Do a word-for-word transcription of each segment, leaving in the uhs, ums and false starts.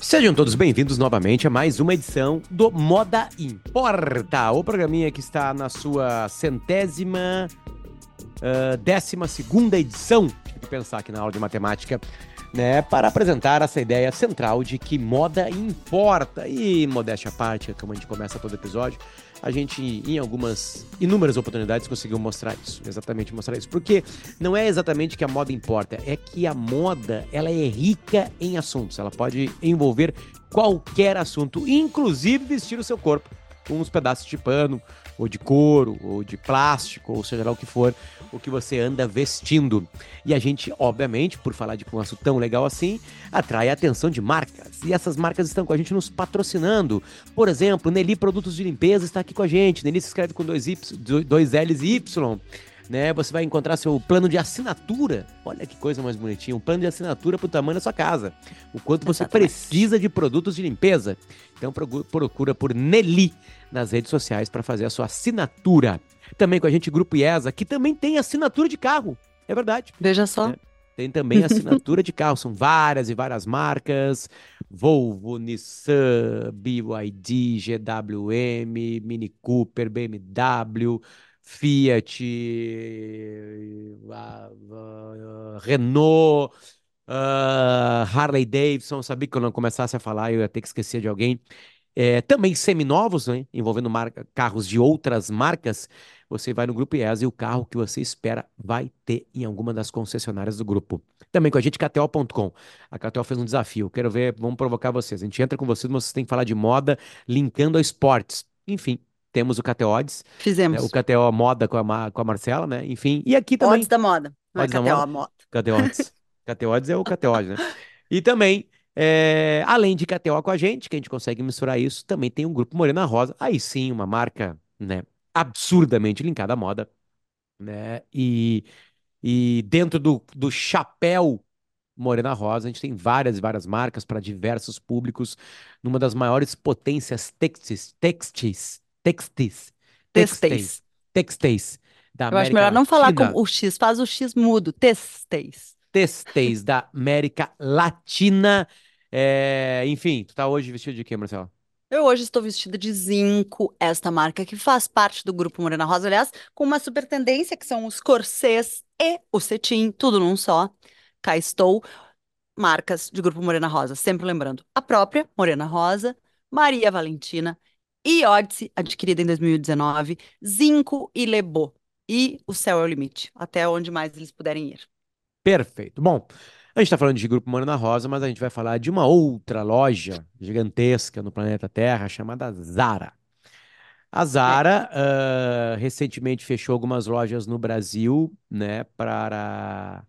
Sejam todos bem-vindos novamente a mais uma edição do Moda Importa, o programinha que está na sua centésima, uh, décima segunda edição, tive que pensar aqui na aula de matemática, né, para apresentar essa ideia central de que moda importa. E, modéstia à parte, como a gente começa todo episódio, a gente, em algumas inúmeras oportunidades, conseguiu mostrar isso, exatamente mostrar isso. Porque não é exatamente que a moda importa, é que a moda, ela é rica em assuntos, ela pode envolver qualquer assunto, inclusive vestir o seu corpo com uns pedaços de pano, ou de couro, ou de plástico, ou seja lá o que for, o que você anda vestindo. E a gente, obviamente, por falar de um assunto tão legal assim, atrai a atenção de marcas. E essas marcas estão com a gente nos patrocinando. Por exemplo, Nelly Produtos de Limpeza está aqui com a gente. Nelly se escreve com dois, y, dois L's e Y. Né? Você vai encontrar seu plano de assinatura. Olha que coisa mais bonitinha. Um plano de assinatura para o tamanho da sua casa. O quanto você Exatamente. precisa de produtos de limpeza. Então procura por Nelly nas redes sociais para fazer a sua assinatura. Também com a gente, Grupo IESA, que também tem assinatura de carro. É verdade. Veja só. Né? Tem também assinatura de carro. São várias e várias marcas. Volvo, Nissan, B Y D, G W M, Mini Cooper, B M W... Fiat, uh, uh, Renault, uh, Harley Davidson. Sabia que quando eu começasse a falar eu ia ter que esquecer de alguém. É, também seminovos, né, envolvendo marca, carros de outras marcas. Você vai no Grupo IESA e o carro que você espera vai ter em alguma das concessionárias do grupo. Também com a gente, K T O ponto com. A K T O fez um desafio. Quero ver, vamos provocar vocês. A gente entra com vocês, mas vocês têm que falar de moda, linkando a esportes. Enfim, temos o K T O Odds, né, o Fizemos. K T O Moda com a, Ma- com a Marcela, né? Enfim, e aqui Odds também, da moda. Não é Odds da Moda, K T O, moda. K T O Odds. K T O Odds é o K T O Odds, né? E também, é, além de K T O com a gente, que a gente consegue misturar isso, também tem um grupo Morena Rosa, aí sim, uma marca, né, absurdamente linkada à moda, né? E, e dentro do, do chapéu Morena Rosa, a gente tem várias e várias marcas para diversos públicos, numa das maiores potências textis, textis, textis, textis, Testeis. textis da Eu acho América melhor não falar com Latina. o X, faz o X mudo. Testeis. Texteis da América Latina. É, enfim, tu tá hoje vestido de quê, Marcelo? Eu hoje estou vestida de Zinco, esta marca que faz parte do grupo Morena Rosa, aliás, com uma super tendência que são os corsês e o cetim, tudo num só. Cá estou, marcas de grupo Morena Rosa, sempre lembrando, a própria Morena Rosa, Maria Valentina e Odisse, adquirida em dois mil e dezenove, Zinco e Lebo. E o céu é o limite, até onde mais eles puderem ir. Perfeito. Bom, a gente tá falando de Grupo Morena Rosa, mas a gente vai falar de uma outra loja gigantesca no planeta Terra chamada Zara. A É, Zara ah, recentemente fechou algumas lojas no Brasil, né, para,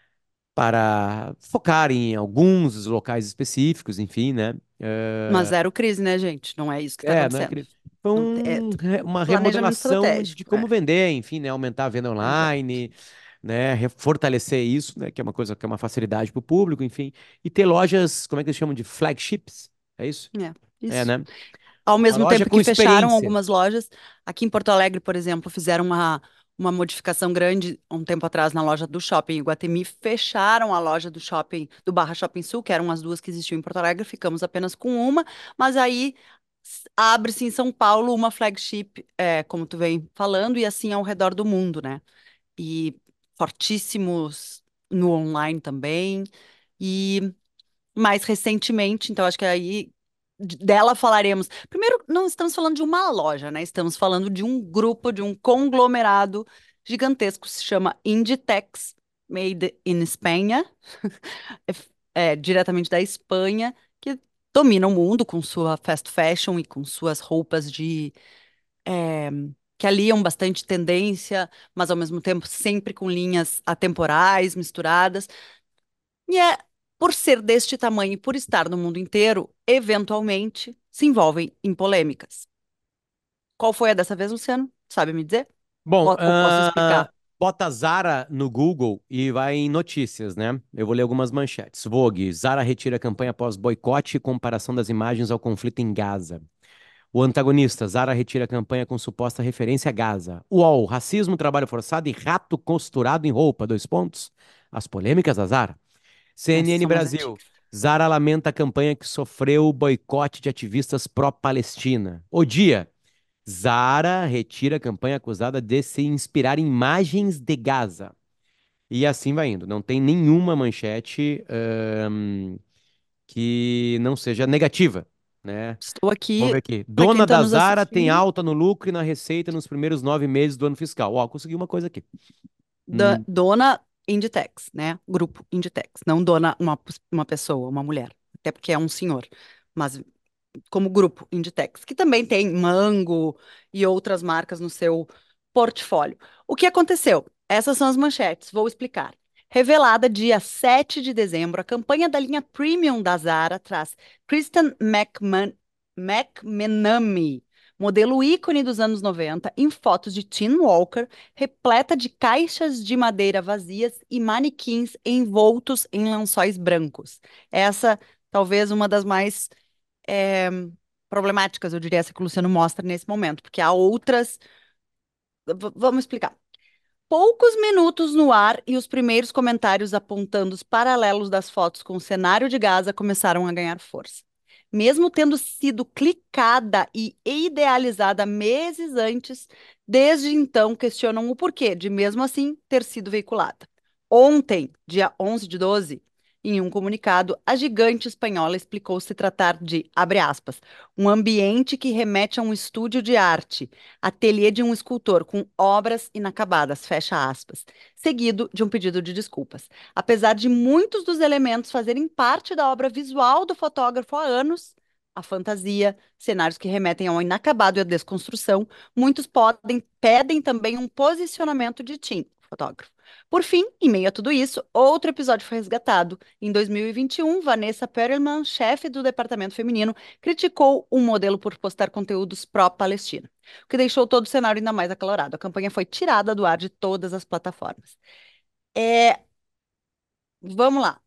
para focar em alguns locais específicos, enfim, né? mas Ah, zero crise, né, gente? Não é isso que está É, não é acontecendo. que foi Não te- é um re- uma planejamento remodelação de estratégico. como É, vender, enfim, né? Aumentar a venda exato. online, né? re- Fortalecer isso, né? Que é uma coisa que é uma facilidade para o público, enfim. E ter lojas, como é que eles chamam de flagships? É isso? É, É, isso. né? Ao Uma mesmo loja tempo com que fecharam experiência. algumas lojas, aqui em Porto Alegre, por exemplo, fizeram uma, uma modificação grande um tempo atrás na loja do shopping Iguatemi, fecharam a loja do shopping, do Barra Shopping Sul, que eram as duas que existiam em Porto Alegre, ficamos apenas com uma, mas aí s- abre-se em São Paulo uma flagship, é, como tu vem falando, e assim ao redor do mundo, né? E fortíssimos no online também, e mais recentemente, então acho que aí de- dela falaremos. Primeiro, não estamos falando de uma loja, né? Estamos falando de um grupo, de um conglomerado gigantesco, se chama Inditex, made in Espanha, é, f- é, diretamente da Espanha, que domina o mundo com sua fast fashion e com suas roupas de é, que aliam bastante tendência, mas ao mesmo tempo sempre com linhas atemporais, misturadas. E é por ser deste tamanho e por estar no mundo inteiro, eventualmente se envolvem em polêmicas. Qual foi a dessa vez, Luciano? Sabe me dizer? Bom, Ou, ou posso ah, explicar? bota Zara no Google e vai em notícias, né? Eu vou ler algumas manchetes. Vogue, Zara retira a campanha após boicote e comparação das imagens ao conflito em Gaza. O antagonista, Zara retira a campanha com suposta referência a Gaza. U O L, racismo, trabalho forçado e rato costurado em roupa, dois pontos. As polêmicas da Zara. Essas C N N são mais Brasil, antigas. Zara lamenta a campanha que sofreu boicote de ativistas pró-Palestina. O dia. Zara retira a campanha acusada de se inspirar em imagens de Gaza. E assim vai indo. Não tem nenhuma manchete ahn, que não seja negativa, né? Estou Vamos ver aqui aqui. para quem Dona está da nos Zara tem assistindo. alta no lucro e na receita nos primeiros nove meses do ano fiscal. Ó, consegui uma coisa aqui. Da- Hum, dona Inditex, né? Grupo Inditex, não dona uma, uma pessoa, uma mulher, até porque é um senhor, mas como grupo Inditex, que também tem Mango e outras marcas no seu portfólio. O que aconteceu? Essas são as manchetes, vou explicar. Revelada dia sete de dezembro, a campanha da linha Premium da Zara traz Kristen McMan McMenamy, modelo ícone dos anos noventa, em fotos de Teen Walker, repleta de caixas de madeira vazias e manequins envoltos em lençóis brancos. Essa, talvez, uma das mais é, problemáticas, eu diria, essa que o Luciano mostra nesse momento, porque há outras. V- vamos explicar. Poucos minutos no ar e os primeiros comentários apontando os paralelos das fotos com o cenário de Gaza começaram a ganhar força. Mesmo tendo sido clicada e idealizada meses antes, desde então questionam o porquê de, mesmo assim, ter sido veiculada. Ontem, dia onze de doze, em um comunicado, a gigante espanhola explicou se tratar de, abre aspas, um ambiente que remete a um estúdio de arte, ateliê de um escultor com obras inacabadas, fecha aspas, seguido de um pedido de desculpas. Apesar de muitos dos elementos fazerem parte da obra visual do fotógrafo há anos, a fantasia, cenários que remetem ao inacabado e à desconstrução, muitos podem, pedem também um posicionamento de Tim, fotógrafo. Por fim, em meio a tudo isso, outro episódio foi resgatado. Em dois mil e vinte e um, Vanessa Perelman, chefe do departamento feminino, criticou o modelo por postar conteúdos pró-Palestina, o que deixou todo o cenário ainda mais acalorado. A campanha foi tirada do ar de todas as plataformas. É, vamos lá.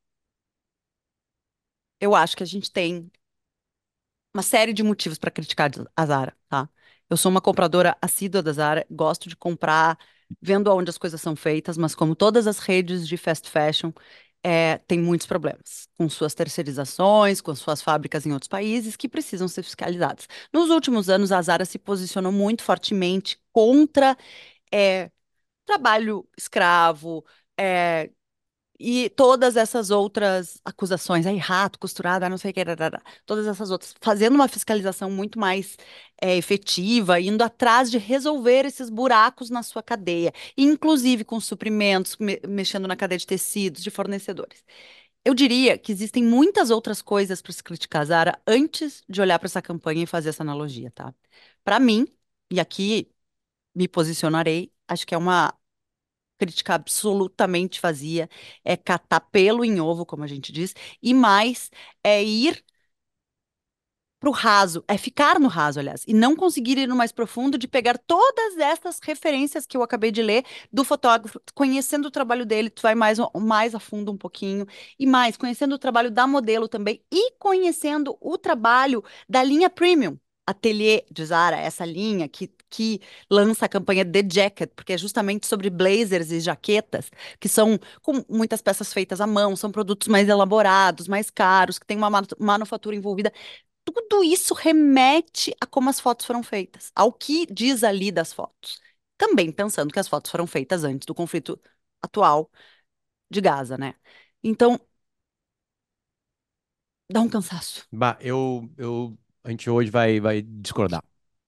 Eu acho que a gente tem uma série de motivos para criticar a Zara, tá? Eu sou uma compradora assídua da Zara, gosto de comprar vendo aonde as coisas são feitas, mas como todas as redes de fast fashion, é, tem muitos problemas com suas terceirizações, com suas fábricas em outros países que precisam ser fiscalizadas. Nos últimos anos, a Zara se posicionou muito fortemente contra é, trabalho escravo, é, e todas essas outras acusações, aí rato, costurada, não sei o que, rarara, todas essas outras, fazendo uma fiscalização muito mais é, efetiva, indo atrás de resolver esses buracos na sua cadeia, inclusive com suprimentos, me- mexendo na cadeia de tecidos, de fornecedores. Eu diria que existem muitas outras coisas para se criticar, Zara, antes de olhar para essa campanha e fazer essa analogia, tá? Para mim, e aqui me posicionarei, acho que é uma crítica absolutamente vazia, é catar pelo em ovo, como a gente diz, e mais é ir pro raso, é ficar no raso, aliás, e não conseguir ir no mais profundo de pegar todas essas referências que eu acabei de ler do fotógrafo, conhecendo o trabalho dele, tu vai mais, mais a fundo um pouquinho, e mais, conhecendo o trabalho da modelo também, e conhecendo o trabalho da linha Premium. Ateliê de Zara, essa linha que, que lança a campanha The Jacket, porque é justamente sobre blazers e jaquetas, que são com muitas peças feitas à mão, são produtos mais elaborados, mais caros, que tem uma manu- manufatura envolvida. Tudo isso remete a como as fotos foram feitas, ao que diz ali das fotos. Também pensando que as fotos foram feitas antes do conflito atual de Gaza, né? Então, dá um cansaço. bah, eu, eu, a gente hoje vai, vai discordar.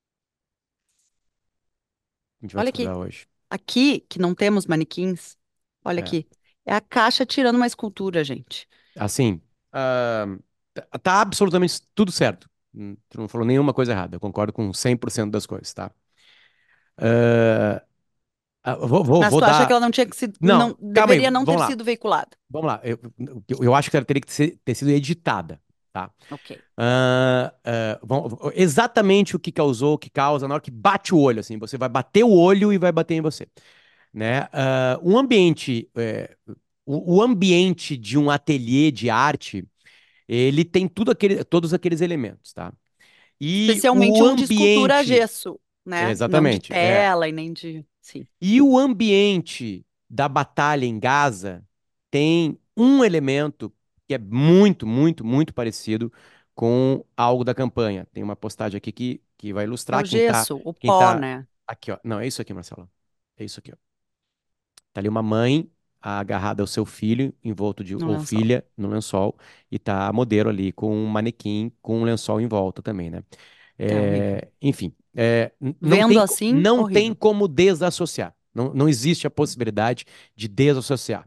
A gente vai Olha aqui. discordar hoje. Aqui, que não temos manequins, olha É. aqui. É a caixa tirando uma escultura, gente. Assim, ah, tá tá absolutamente tudo certo. Hum, Tu não falou nenhuma coisa errada. Eu concordo com cem por cento das coisas, tá? Ah, ah, vou, vou, Mas vou tu acha que dar. ela não tinha que se, não Não, calma aí, deveria não ter vamos lá. sido veiculada? Vamos lá. Eu, eu, eu acho que ela teria que ser- ter sido editada, tá? Ok. Ah, ah, vamos- exatamente o que causou, o que causa, na hora que bate o olho, assim, você vai bater o olho e vai bater em você, né? Ah, um ambiente, é, o, o ambiente de um ateliê de arte, ele tem tudo aquele, todos aqueles elementos, tá? E Especialmente o um de escultura a ambiente, gesso, né? Não de exatamente, é. tela e nem de. Sim. E o ambiente da batalha em Gaza tem um elemento que é muito, muito, muito parecido com algo da campanha. Tem uma postagem aqui que, que vai É ilustrar o quem tá, gesso, o quem pó, tá né? aqui, ó. Não, é isso aqui, Marcelo. É isso aqui, ó. Tá ali uma mãe agarrada ao seu filho, envolto de, No ou lençol. filha, no lençol, e tá a modelo ali com um manequim com um lençol em volta também, né? É horrível. É, enfim, é, n- não Vendo tem, co- assim, não tem horrível. como desassociar. Não, não existe a possibilidade de desassociar.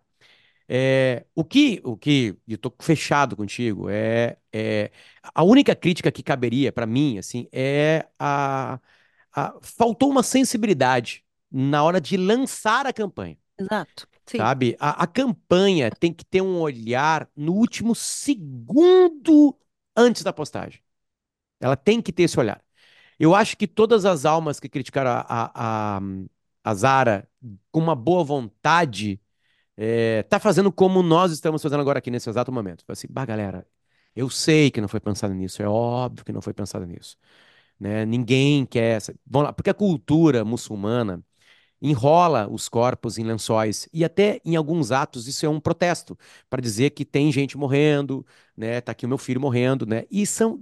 É, o que, o que, e eu tô fechado contigo, é, é a única crítica que caberia para mim, assim, é a, a faltou uma sensibilidade na hora de lançar a campanha. Exato. Sim. Sabe? A, a campanha tem que ter um olhar no último segundo antes da postagem. Ela tem que ter esse olhar. Eu acho que todas as almas que criticaram a, a, a, a Zara com uma boa vontade é, tá fazendo como nós estamos fazendo agora aqui nesse exato momento. Fala assim, bah, galera, eu sei que não foi pensado nisso, é óbvio que não foi pensado nisso, né? Ninguém quer essa. Vamos lá, porque a cultura muçulmana enrola os corpos em lençóis e até em alguns atos isso é um protesto para dizer que tem gente morrendo, né? Tá aqui o meu filho morrendo, né? E são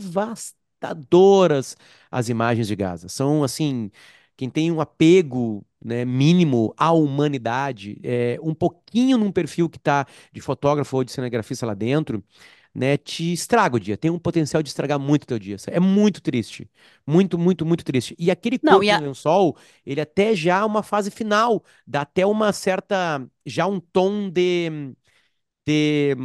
devastadoras as imagens de Gaza. São assim, quem tem um apego, né, mínimo à humanidade, é, um pouquinho num perfil que tá de fotógrafo ou de cinegrafista lá dentro, né, te estraga o dia. Tem um potencial de estragar muito o teu dia. É muito triste. Muito, muito, muito triste. E aquele Não, e corpo em a, lençol ele até já uma fase final, dá até uma certa, já um tom de, de,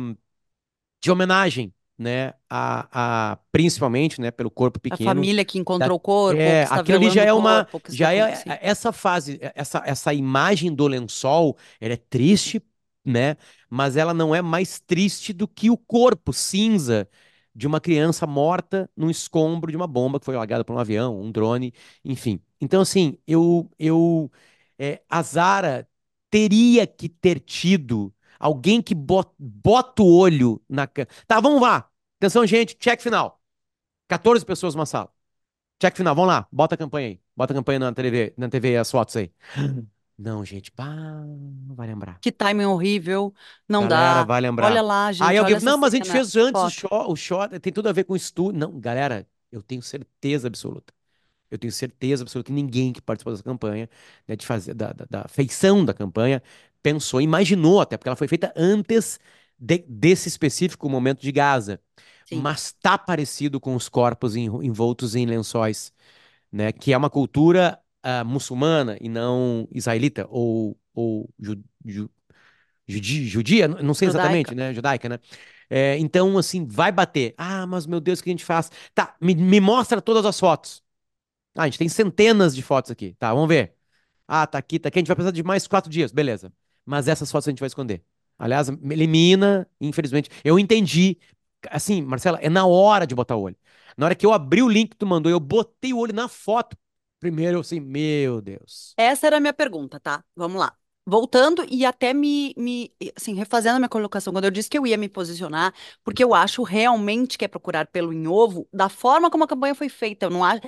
de homenagem, né, a, a principalmente, né, pelo corpo a pequeno. família que Da- encontrou o corpo, ou é, que está aquilo ali já velando o é uma, corpo, ou que está. já com- é Sim. essa fase, essa, essa imagem do lençol, ela é triste, né, mas ela não é mais triste do que o corpo cinza de uma criança morta num escombro de uma bomba que foi largada por um avião, um drone, enfim. Então, assim, eu, eu, é, a Zara teria que ter tido alguém que bot- bota o olho na. ca- Tá, vamos lá. Atenção, gente, check final. quatorze pessoas numa sala. Check final, vamos lá. Bota a campanha aí. Bota a campanha na T V, na T V, as fotos aí. Não, gente, pá, não vai lembrar. Que timing horrível, não Galera, dá. vai Olha lembrar. lá, Aí gente, olha alguém, essa não, mas a gente cena, fez a antes o foto. shot, o shot tem tudo a ver com estúdio. Não, galera, eu tenho certeza absoluta. Eu tenho certeza absoluta que ninguém que participou dessa campanha, né, de fazer, da, da, da feição da campanha, pensou, imaginou até, porque ela foi feita antes de- desse específico momento de Gaza. Sim, Mas tá parecido com os corpos em- envoltos em lençóis, né? Que é uma cultura ah, muçulmana e não israelita ou, ou ju- ju- judi- judia, não sei exatamente, judaica. né? Judaica, né? É, então, assim, vai bater. Ah, mas meu Deus, o que a gente faz? Tá, me, me mostra todas as fotos. Ah, a gente tem centenas de fotos aqui. Tá, vamos ver. Ah, tá aqui, tá aqui. A gente vai precisar de mais quatro dias. Beleza. Mas essas fotos a gente vai esconder. Aliás, me elimina, infelizmente. Eu entendi. Assim, Marcela, é na hora de botar o olho. Na hora que eu abri o link que tu mandou, eu botei o olho na foto. Primeiro, eu assim, meu Deus. Essa era a minha pergunta, tá? Vamos lá. Voltando e até me, me, assim, refazendo a minha colocação, quando eu disse que eu ia me posicionar, porque eu acho realmente que é procurar pelo em ovo, da forma como a campanha foi feita. Eu não acho,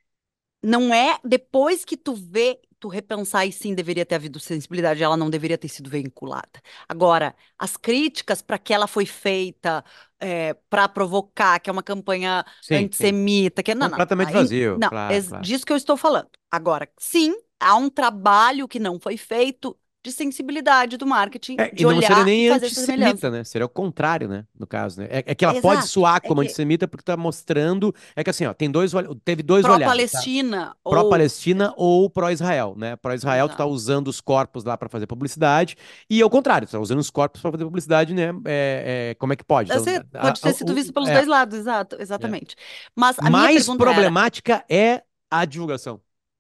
não é depois que tu vê, tu repensar e sim deveria ter havido sensibilidade, ela não deveria ter sido veiculada. Agora, as críticas para que ela foi feita para provocar, que é uma campanha Sim, sim. antissemita, que não, não, Completamente aí- vazio. não, é Claro, claro. disso que eu estou falando. Agora, sim, há um trabalho que não foi feito de sensibilidade do marketing, É, e de não seria olhar e nem fazer essa antissemita, semelhança. né? Seria o contrário, né? No caso, né? É, é que ela pode Exato. soar É como que antissemita porque tá mostrando. É que assim, ó, tem dois, olha- teve dois olhares, tá? pró-Palestina ou. Pró-Palestina ou pró-Israel, né? Pró-Israel, tu tá Exato. usando os corpos lá para fazer publicidade, e ao contrário, tu tá usando os corpos para fazer publicidade, né? É, é, como é que pode? Deve Então, ser- a- pode a- ter sido o- visto pelos é, dois lados, exato, é. exatamente. Mas a minha Mais pergunta era: problemática é a divulgação.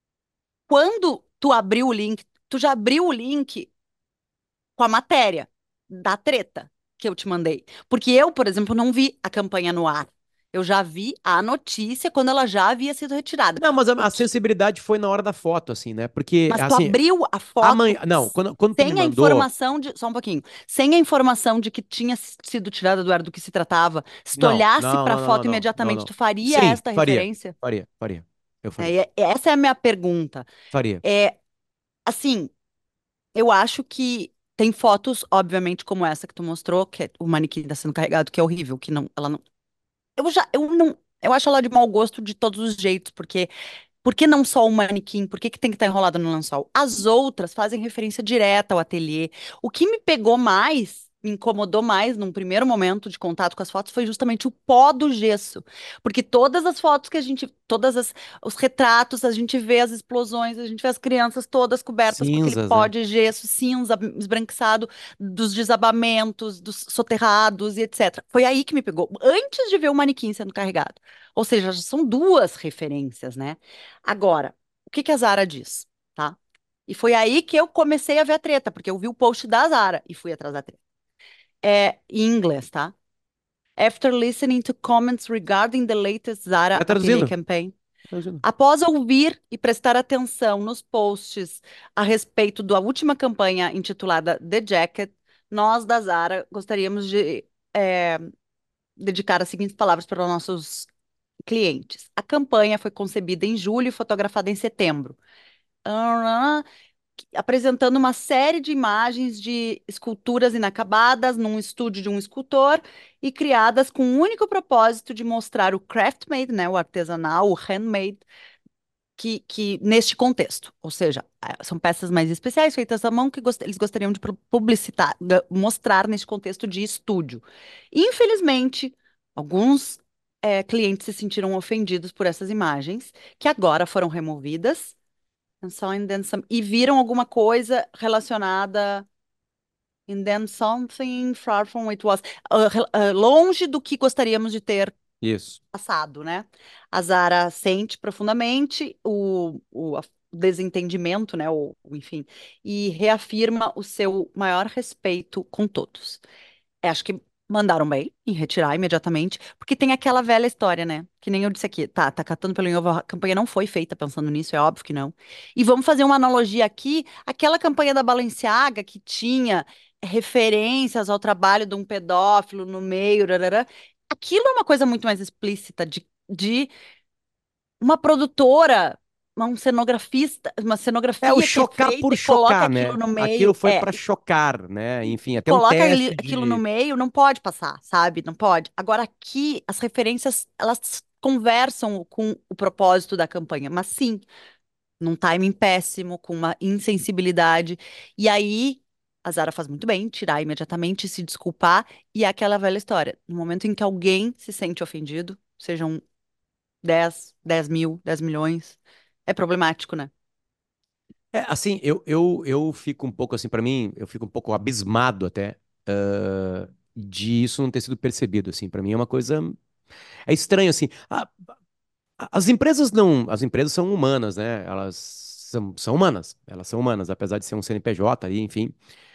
quando tu abriu o link, tu já abriu o link com a matéria da treta que eu te mandei? Porque eu, por exemplo, não vi a campanha no ar. Eu já vi a notícia quando ela já havia sido retirada. Não, mas a, O a que... sensibilidade foi na hora da foto, assim, né? Porque, Mas tu assim, abriu a amanhã. foto Não, quando, quando tu me sem a mandou. informação de. Só um pouquinho. Sem a informação de que tinha sido tirada do ar do que se tratava. Se tu Não, olhasse não, para a não, não, não, foto não, não, imediatamente, não. tu faria Sim, esta faria, referência? faria, faria. Eu faria, É, e essa é a minha pergunta. faria. É, assim, eu acho que. tem fotos, obviamente, como essa que tu mostrou, que é o manequim tá sendo carregado, que é horrível, que não, ela não. Eu já, eu não, eu acho ela de mau gosto de todos os jeitos, porque por que não só o manequim? Por que que tem que estar enrolado no lençol? As outras fazem referência direta ao ateliê. O que me pegou mais, me incomodou mais num primeiro momento de contato com as fotos foi justamente o pó do gesso. Porque todas as fotos que a gente, todas as, os retratos, a gente vê as explosões, a gente vê as crianças todas cobertas com aquele Cinzas, pó né? de gesso cinza, esbranquiçado, dos desabamentos, dos soterrados e etcétera. Foi aí que me pegou, antes de ver o manequim sendo carregado. Ou seja, já são duas referências, né? Agora, o que que a Zara diz, tá? E foi aí que eu comecei a ver a treta, porque eu vi o post da Zara e fui atrás da treta. É em inglês, tá? After listening to comments regarding the latest Zara Vai Atelier traduzindo. campaign, Traduzindo. após ouvir e prestar atenção nos posts a respeito da última campanha intitulada The Jacket, nós da Zara gostaríamos de é, dedicar as seguintes palavras para os nossos clientes. A campanha foi concebida em julho e fotografada em setembro, ah, apresentando uma série de imagens de esculturas inacabadas num estúdio de um escultor e criadas com o único propósito de mostrar o craft-made, né, o artesanal, o handmade, que, que neste contexto, ou seja, eh, são peças mais especiais feitas à mão que gost- eles gostariam de pu- publicitar, ga- mostrar neste contexto de estúdio. Infelizmente, alguns eh, clientes se sentiram ofendidos por essas imagens, que agora foram removidas And so and then some- e viram alguma coisa relacionada and then something far from it was ah, rel- ah, longe do que gostaríamos de ter Isso. passado, né? A Zara sente profundamente o, o a- desentendimento, né? O, o- enfim, e reafirma o seu maior respeito com todos. É, acho que mandaram bem em retirar imediatamente, porque tem aquela velha história, né? Que nem eu disse aqui, tá, tá catando pelo em ovo, a campanha não foi feita pensando nisso, é óbvio que não. E vamos fazer uma analogia aqui, aquela campanha da Balenciaga que tinha referências ao trabalho de um pedófilo no meio, rarará, aquilo é uma coisa muito mais explícita de, de uma produtora, um cenografista, uma É o cenografia que é chocar feita por e coloca chocar, aquilo né? no Aquilo meio, foi é, pra chocar, né? Enfim, até um coloca ali- teste aquilo no de. meio, não pode passar, sabe? Não pode. Agora aqui as referências elas conversam com o propósito da campanha, mas sim, num timing péssimo, com uma insensibilidade. E aí a Zara faz muito bem, tirar imediatamente, se desculpar e é aquela velha história. No momento em que alguém se sente ofendido, sejam dez, dez mil, dez milhões, é problemático, né? É, assim, eu, eu, eu fico um pouco assim, pra mim, eu fico um pouco abismado até, ah, de isso não ter sido percebido, assim. Para mim é uma coisa. É estranho, assim. A- a- as empresas não. As empresas são humanas, né? Elas são, são humanas. Elas são humanas, apesar de ser um C N P J aí, enfim.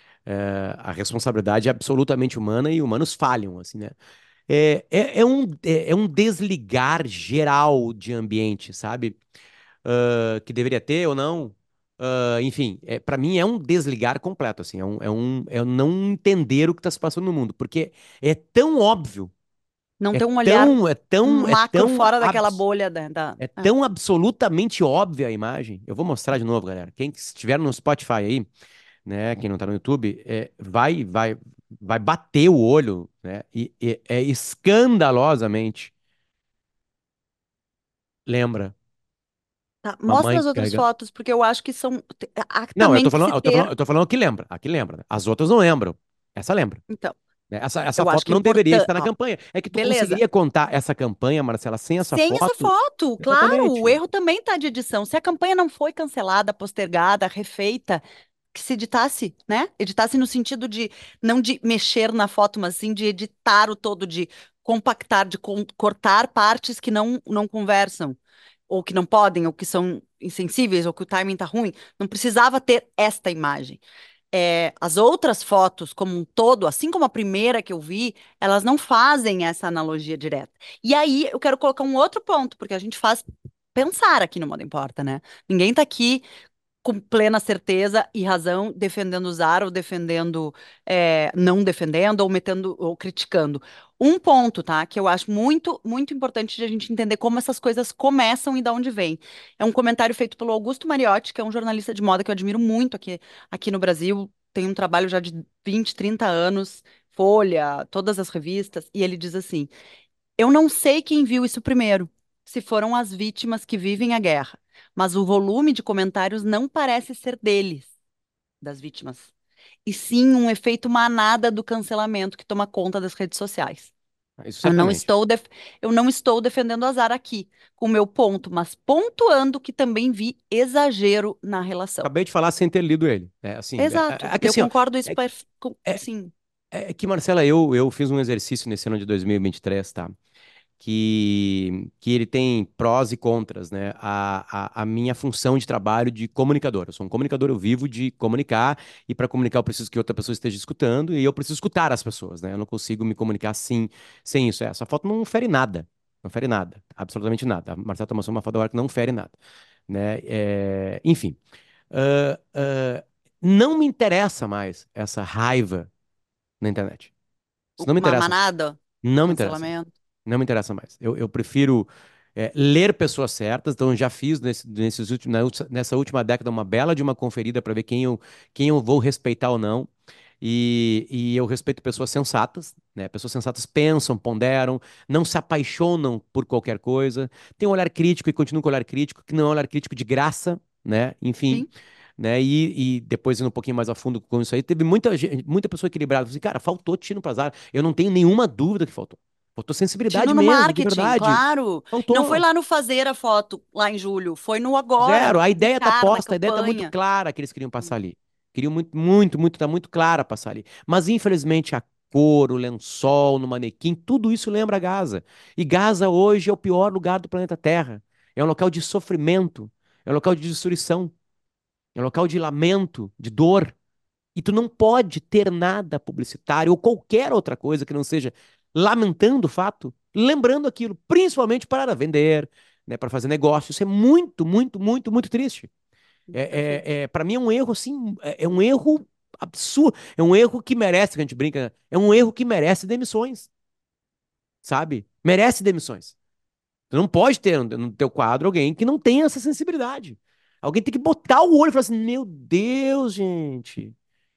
É, a responsabilidade é absolutamente humana e humanos falham, assim, né? É, é, é um, é, é um desligar geral de ambiente, sabe? Ah, que deveria ter ou não. Ah, enfim, é, para mim é um desligar completo, assim, é um, é um, é não entender o que está se passando no mundo, porque é tão óbvio, Não é ter um olhar tão, é tão, é macro tão, fora daquela abs, bolha da, da- é é. tão absolutamente óbvia a imagem. Eu vou mostrar de novo, galera. Quem estiver no Spotify aí, né, quem não tá no YouTube, é, vai, vai, vai bater o olho, né, e, e é escandalosamente lembra Tá, uma mostra mãe as outras carregando. fotos, porque eu acho que são. te- Há Não, eu tô também que se falando, eu tô falando, ter. eu tô falando que lembra. Aqui lembra, né? As outras não lembram. Essa lembra, Então, né? Essa, essa eu acho foto que é não deveria importante. estar na Ó, campanha. É que tu beleza. conseguiria contar essa campanha, Marcela, sem essa Sem essa foto? foto, claro, o Exatamente. erro também está de edição. Se a campanha não foi cancelada, postergada, refeita, que se editasse, né? Editasse no sentido de não de mexer na foto, mas sim de editar o todo, de compactar, de con- cortar partes que não, não conversam, ou que não podem, ou que são insensíveis, ou que o timing tá ruim. Não precisava ter esta imagem. É, as outras fotos, como um todo, assim como a primeira que eu vi, elas não fazem essa analogia direta. E aí eu quero colocar um outro ponto, porque a gente faz pensar aqui no Moda Importa, né? Ninguém tá aqui com plena certeza e razão defendendo usar ou defendendo, é, não defendendo ou metendo ou criticando. Um ponto, tá, que eu acho muito, muito importante de a gente entender como essas coisas começam e de onde vem. É um comentário feito pelo Augusto Mariotti, que é um jornalista de moda que eu admiro muito aqui, aqui no Brasil. tem um trabalho já de vinte, trinta anos, Folha, todas as revistas, e ele diz assim: eu não sei quem viu isso primeiro, se foram as vítimas que vivem a guerra, mas o volume de comentários não parece ser deles, das vítimas, e sim um efeito manada do cancelamento que toma conta das redes sociais. Isso Eu não certamente. estou, def- eu não estou defendendo azar aqui, com o meu ponto, mas pontuando que também vi exagero na relação. Acabei de falar sem ter lido ele. É assim, é, é, Exato, é que eu assim, ó, concordo isso, é, perf- com- é, sim, é que, Marcela, eu, eu fiz um exercício nesse ano de dois mil e vinte e três, tá? Que, que ele tem prós e contras, né? A, a, a minha função de trabalho de comunicador. Eu sou um comunicador, eu vivo de comunicar, e para comunicar eu preciso que outra pessoa esteja escutando, e eu preciso escutar as pessoas, né? Eu não consigo me comunicar assim, sem isso. Essa foto não fere nada. Não fere nada, absolutamente nada. A Marcela tá mostrando uma foto agora que não fere nada, né? É, enfim. Ah, ah, não me interessa mais essa raiva na internet. Isso não me uma interessa. manada de Não me interessa. cancelamento. Não me interessa mais. Eu, eu prefiro é, ler pessoas certas. Então, eu já fiz nesse, nesses últimos, na ulti- nessa última década uma bela de uma conferida para ver quem eu, quem eu vou respeitar ou não. E, e eu respeito pessoas sensatas, né? Pessoas sensatas pensam, ponderam, não se apaixonam por qualquer coisa. Tem um olhar crítico e continuam com o olhar crítico, que não é um olhar crítico de graça, né? Enfim. Sim, Né? E, e depois indo um pouquinho mais a fundo com isso aí, teve muita gente, muita pessoa equilibrada. Falei assim, cara, faltou tino para azar. Eu não tenho nenhuma dúvida que faltou. Faltou sensibilidade tino no mesmo, de marketing, verdade. claro. E não foi Faltou. lá no fazer a foto, lá em julho, foi no agora, Zero. no A ideia tá comunicar, na posta, a ideia tá muito campanha. clara que eles queriam passar ali. Queriam muito, muito, muito, tá muito clara passar ali. Mas infelizmente a cor, o lençol no manequim, tudo isso lembra Gaza. E Gaza hoje é o pior lugar do planeta Terra. É um local de sofrimento, é um local de destruição, é um local de lamento, de dor. E tu não pode ter nada publicitário ou qualquer outra coisa que não seja lamentando o fato, lembrando aquilo, principalmente para vender, né, para fazer negócio. Isso é muito, muito, muito, muito triste. É, Perfeito. é, é, para mim é um erro assim, é, é um erro absurdo, é um erro que merece, que a gente brinca, é um erro que merece demissões, sabe? Merece demissões. Tu não pode ter no no teu quadro alguém que não tenha essa sensibilidade. Alguém tem que botar o olho e falar assim: meu Deus, gente.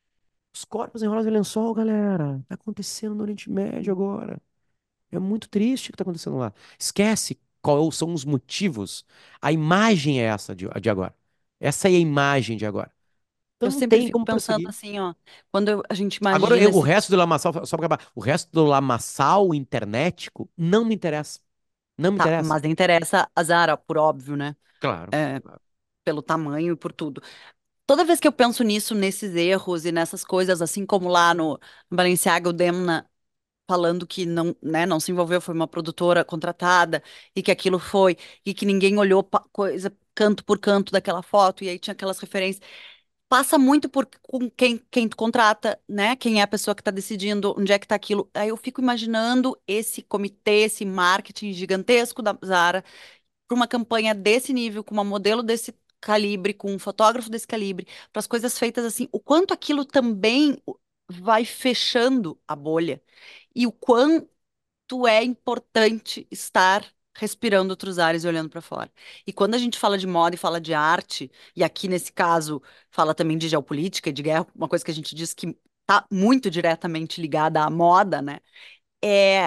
Os corpos enrolados em lençol, galera. Tá acontecendo no Oriente Médio agora. É muito triste o que tá acontecendo lá. Esquece quais são os motivos. A imagem é essa de, de agora. Essa é a imagem de agora. Então Eu não sempre tem fico como pensando prosseguir. assim, ó, quando eu- a gente Agora, imagina eu- o esse. resto do lamaçal, só pra acabar, o resto do lamaçal internetico não me interessa. Não me Tá, interessa. mas interessa a Zara, por óbvio, né? Claro. É, Claro. pelo tamanho e por tudo. Toda vez que eu penso nisso, nesses erros e nessas coisas, assim como lá no no Balenciaga, o Demna falando que não, né, não se envolveu, foi uma produtora contratada e que aquilo foi, e que ninguém olhou pa- coisa canto por canto daquela foto, e aí tinha aquelas referências. Passa muito por com quem, quem tu contrata, né? Quem é a pessoa que está decidindo onde é que está aquilo. Aí eu fico imaginando esse comitê, esse marketing gigantesco da Zara para uma campanha desse nível, com uma modelo desse calibre, com um fotógrafo desse calibre, para as coisas feitas assim, o quanto aquilo também vai fechando a bolha e o quanto é importante estar respirando outros ares e olhando para fora. E quando a gente fala de moda e fala de arte, e aqui nesse caso fala também de geopolítica e de guerra, uma coisa que a gente diz que está muito diretamente ligada à moda, né? É,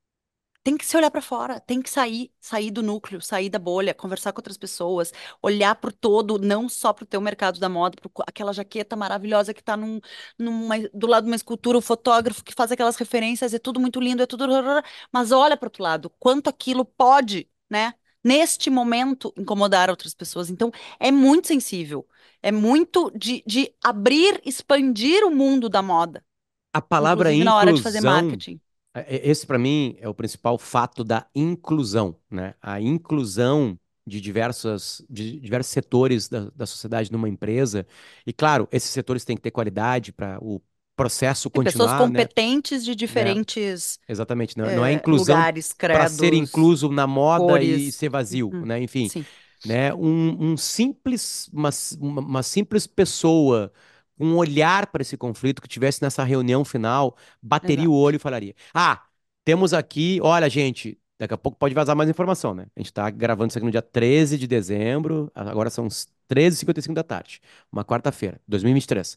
tem que se olhar para fora, tem que sair, sair do núcleo, sair da bolha, conversar com outras pessoas, olhar para o todo, não só para o teu mercado da moda, para aquela jaqueta maravilhosa que está num, numa- do lado de uma escultura, o fotógrafo que faz aquelas referências, é tudo muito lindo, é tudo. Mas olha para outro lado, quanto aquilo pode, né, neste momento, incomodar outras pessoas. Então, é muito sensível, é muito de, de abrir, expandir o mundo da moda, A palavra inclusive na hora de fazer inclusão, marketing. é- é- esse para mim é o principal fato da inclusão, né? A inclusão de diversas, de diversos setores da, da sociedade numa empresa. E claro, esses setores têm que ter qualidade para o processo Tem pessoas continuar, né? competentes de É, diferentes exatamente. Não, não é é, inclusão lugares, para ser credos, incluso na moda e cores. ser vazio, Uhum. né? Enfim, Sim, né? Um, um simples, uma, uma uma simples pessoa com um olhar para esse conflito que tivesse nessa reunião final, bateria o exato. olho e falaria: Ah, temos aqui, olha, gente, daqui a pouco pode vazar mais informação, né? A gente está gravando isso aqui no dia treze de dezembro, agora são treze e cinquenta e cinco da tarde, uma quarta-feira, dois mil e vinte e três.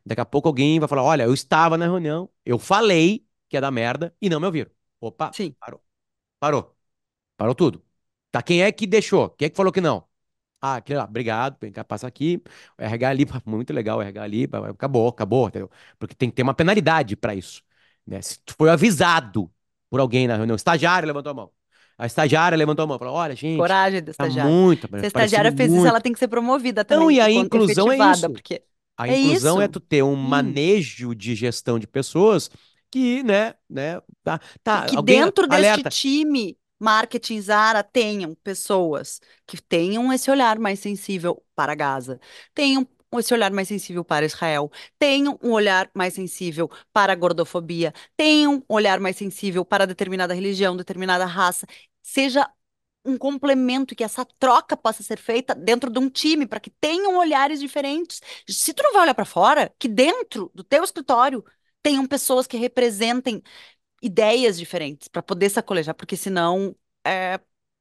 Daqui a pouco alguém vai falar, olha, eu estava na reunião, eu falei que ia dar merda e não me ouviram. Opa, Sim. parou. Parou. Parou tudo. Tá, quem é que deixou? Quem é que falou que não? Ah, aquele lá, obrigado, vem cá, passa aqui. O R H ali, muito legal o R H ali, acabou, acabou, entendeu? Porque tem que ter uma penalidade pra isso, né? Se tu foi avisado por alguém na reunião, estagiário levantou a mão. A estagiária levantou a mão, falou: olha, gente, Coragem da tá estagiária. muito, Se a parecendo estagiária fez isso, ela muito. tem que ser promovida Não, também e e a con- inclusão é efetivada, isso. porque A é inclusão é isso. tu ter um Hum. manejo de gestão de pessoas que, né, né, tá, E tá, que alguém dentro deste alerta. time marketing Zara tenham pessoas que tenham esse olhar mais sensível para Gaza, tenham esse olhar mais sensível para Israel, tenham um olhar mais sensível para a gordofobia, tenham um olhar mais sensível para determinada religião, determinada raça, seja um complemento, que essa troca possa ser feita dentro de um time, para que tenham olhares diferentes. Se tu não vai olhar para fora, que dentro do teu escritório tenham pessoas que representem ideias diferentes para poder se acolejar, porque senão é,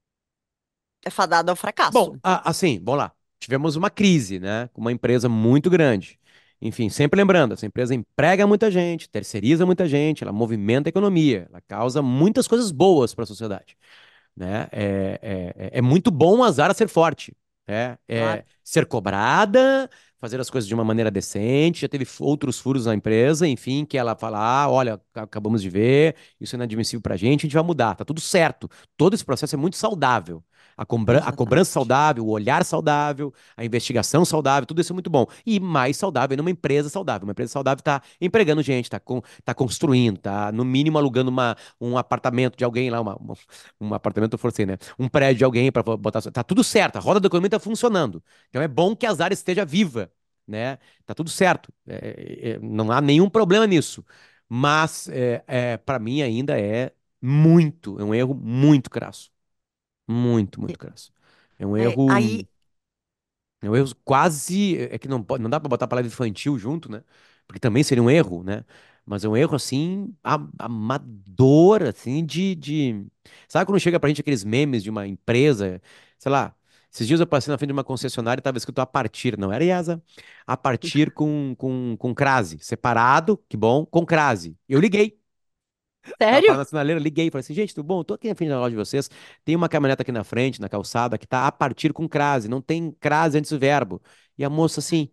é fadado ao Bom, fracasso. a- assim, vamos lá. Tivemos uma crise, né, com uma empresa muito grande. Enfim, sempre lembrando, essa empresa emprega muita gente, terceiriza muita gente, ela movimenta a economia, ela causa muitas coisas boas para a sociedade, né? É, é, é é muito bom a Zara ser forte, né? Claro, É ser cobrada, fazer as coisas de uma maneira decente. Já teve outros furos na empresa, enfim, que ela fala: ah, olha, ac- acabamos de ver, isso é inadmissível pra gente, a gente vai mudar, tá tudo certo. Todo esse processo é muito saudável. A, cobran- a cobrança exatamente. saudável, o olhar saudável, a investigação saudável, tudo isso é muito bom. E mais saudável numa empresa saudável. Uma empresa saudável está empregando gente, está tá construindo, está no mínimo alugando uma, um apartamento de alguém lá, uma, uma- um apartamento eu forcei, né? Um prédio de alguém para botar. Tá tudo certo, a roda da economia tá funcionando. Então é bom que a Zara esteja viva, né? Tá tudo certo. É, é, é, não há nenhum problema nisso. Mas é, é, para mim ainda é muito, é um erro muito crasso. Muito, muito crasso. É um É, erro. aí, É um erro quase. É que não, pode- não dá pra botar a palavra infantil junto, né? Porque também seria um erro, né? Mas é um erro, assim, a- amador, assim, de, de... Sabe quando chega pra gente aqueles memes de uma empresa? Sei lá, esses dias eu passei na frente de uma concessionária e tava escrito a partir, não era IESA, a partir com, com, com crase. Separado, que bom, com crase. Eu liguei. Tava sério? parando na sinaleira, liguei, falei assim, gente, tudo bom? Tô aqui na frente da loja de vocês, tem uma caminhonete aqui na frente, na calçada, que tá a partir com crase, não tem crase antes do verbo. E a moça assim,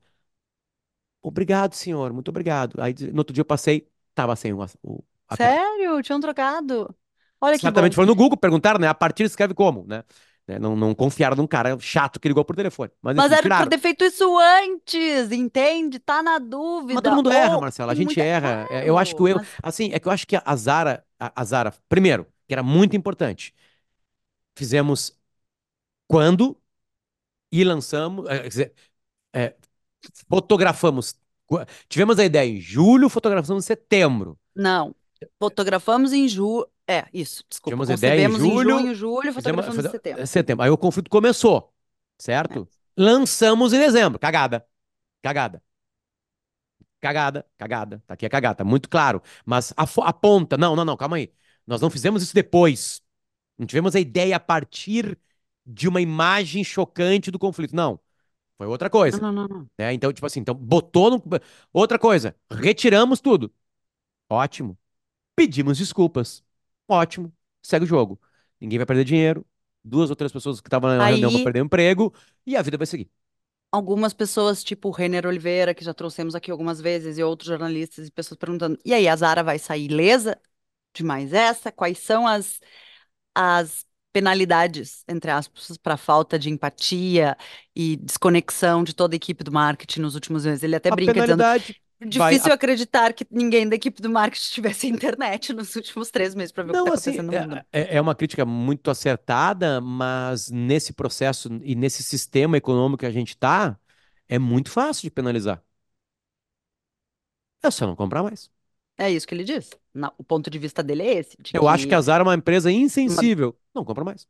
obrigado, senhor, muito obrigado. Aí no outro dia eu passei, tava sem o, o- a crase. Sério? Tinham trocado? Olha que Certamente bom. foi no Google, perguntaram, né? A partir escreve como, né? Né, Não, não confiaram num cara chato que ligou por telefone. Mas Mas enfim, era para tiraram. ter feito isso antes, entende? Tá na Mas todo dúvida. mundo erra, Ou Marcela. A tem gente muita. erra. É, Eu acho que Claro, o erro. mas Assim, é que eu acho que a Zara, a, a Zara, primeiro, que era muito importante, fizemos quando e lançamos. é, quer dizer, é, fotografamos. Tivemos a ideia em julho, fotografamos em setembro. não. Fotografamos em julho. É, isso, desculpa. Tivemos a ideia em Concebemos em julho, junho, julho, fizemos, fotografamos em fizemos- é, setembro. setembro. Aí o conflito começou, É. certo? Lançamos em dezembro. Cagada, cagada, cagada, cagada. Tá aqui a cagada, tá muito claro. Mas a, fo- a ponta, não, não, não, calma aí. Nós não fizemos isso depois. Não tivemos a ideia a partir de uma imagem chocante do conflito. Não, foi outra Não, coisa. não, não, não. Né? Então, tipo assim, então botou no... Outra coisa, retiramos tudo. Ótimo. Pedimos desculpas. Ótimo. Segue o jogo. Ninguém vai perder dinheiro. Duas ou três pessoas que estavam na reunião vão Aí, perder o emprego e a vida vai seguir. algumas pessoas, tipo o Renner Oliveira, que já trouxemos aqui algumas vezes, e outros jornalistas e pessoas perguntando: e aí, a Zara vai sair ilesa de mais essa? Quais são as, as penalidades, entre aspas, para falta de empatia e desconexão de toda a equipe do marketing nos últimos meses? Ele até A brinca dizendo: penalidade vai. difícil a- acreditar que ninguém da equipe do marketing tivesse internet nos últimos três meses para ver o que Não, está assim, acontecendo no mundo. é, é é uma crítica muito acertada, mas nesse processo e nesse sistema econômico que a gente tá, é muito fácil de penalizar. É só não comprar mais. É isso que ele diz. Na- o ponto de vista dele é esse, de Eu acho que que a Zara é uma empresa uma- insensível. Não compra mais.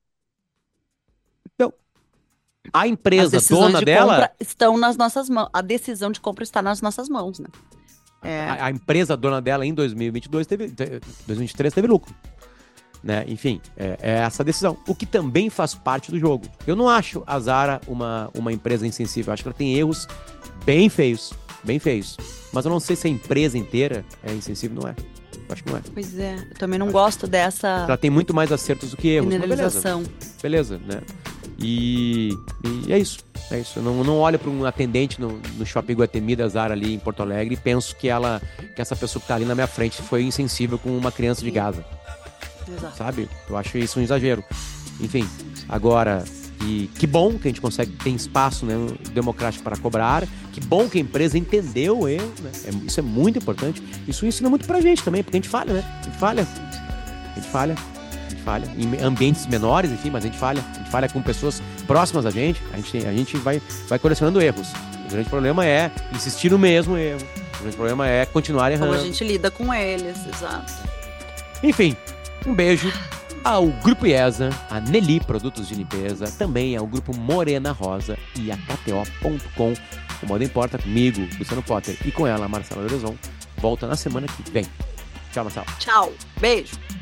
Então, a as empresa decisões dona de dela compra estão nas nossas mãos. A decisão de compra está nas nossas mãos, né? É, A, a empresa dona dela em dois mil e vinte e dois teve, te- dois mil e vinte e três teve lucro, né? Enfim, é, é essa decisão. O que também faz parte do jogo. Eu não acho a Zara uma, uma empresa insensível. Eu acho que ela tem erros bem feios, bem feios. Mas eu não sei se a empresa inteira é insensível, não é. Eu acho que não é. Pois é, eu também não gosto dessa Ela tem muito mais acertos do que erros. Mas beleza, generalização. beleza, né? E, e é isso. É isso. Eu não, não olho para um atendente no, no Shopping Iguatemi da Zara ali em Porto Alegre e penso que ela, que essa pessoa que tá ali na minha frente foi insensível com uma criança de Gaza. Exato. Sabe? Eu acho isso um exagero. Enfim, agora, e que bom que a gente consegue ter espaço, né, democrático para cobrar. Que bom que a empresa entendeu o erro, né? É, isso é muito importante. Isso ensina muito pra gente também, porque a gente falha, né? A gente falha. A gente falha. A gente falha. Em ambientes menores, enfim, mas a gente falha. A gente falha com pessoas próximas a gente. A gente, a gente vai, vai colecionando erros. O grande problema é insistir no mesmo erro. O grande problema é continuar errando. Como a gente lida com eles, exato. Enfim, um beijo ao Grupo IESA, a Nelly Produtos de Limpeza, também ao Grupo Morena Rosa e a K T O ponto com. O Moda Importa comigo, Luciano Potter, e com ela, Marcela Lorenzon. Volta na semana que vem. Tchau, Marcela. Tchau, beijo.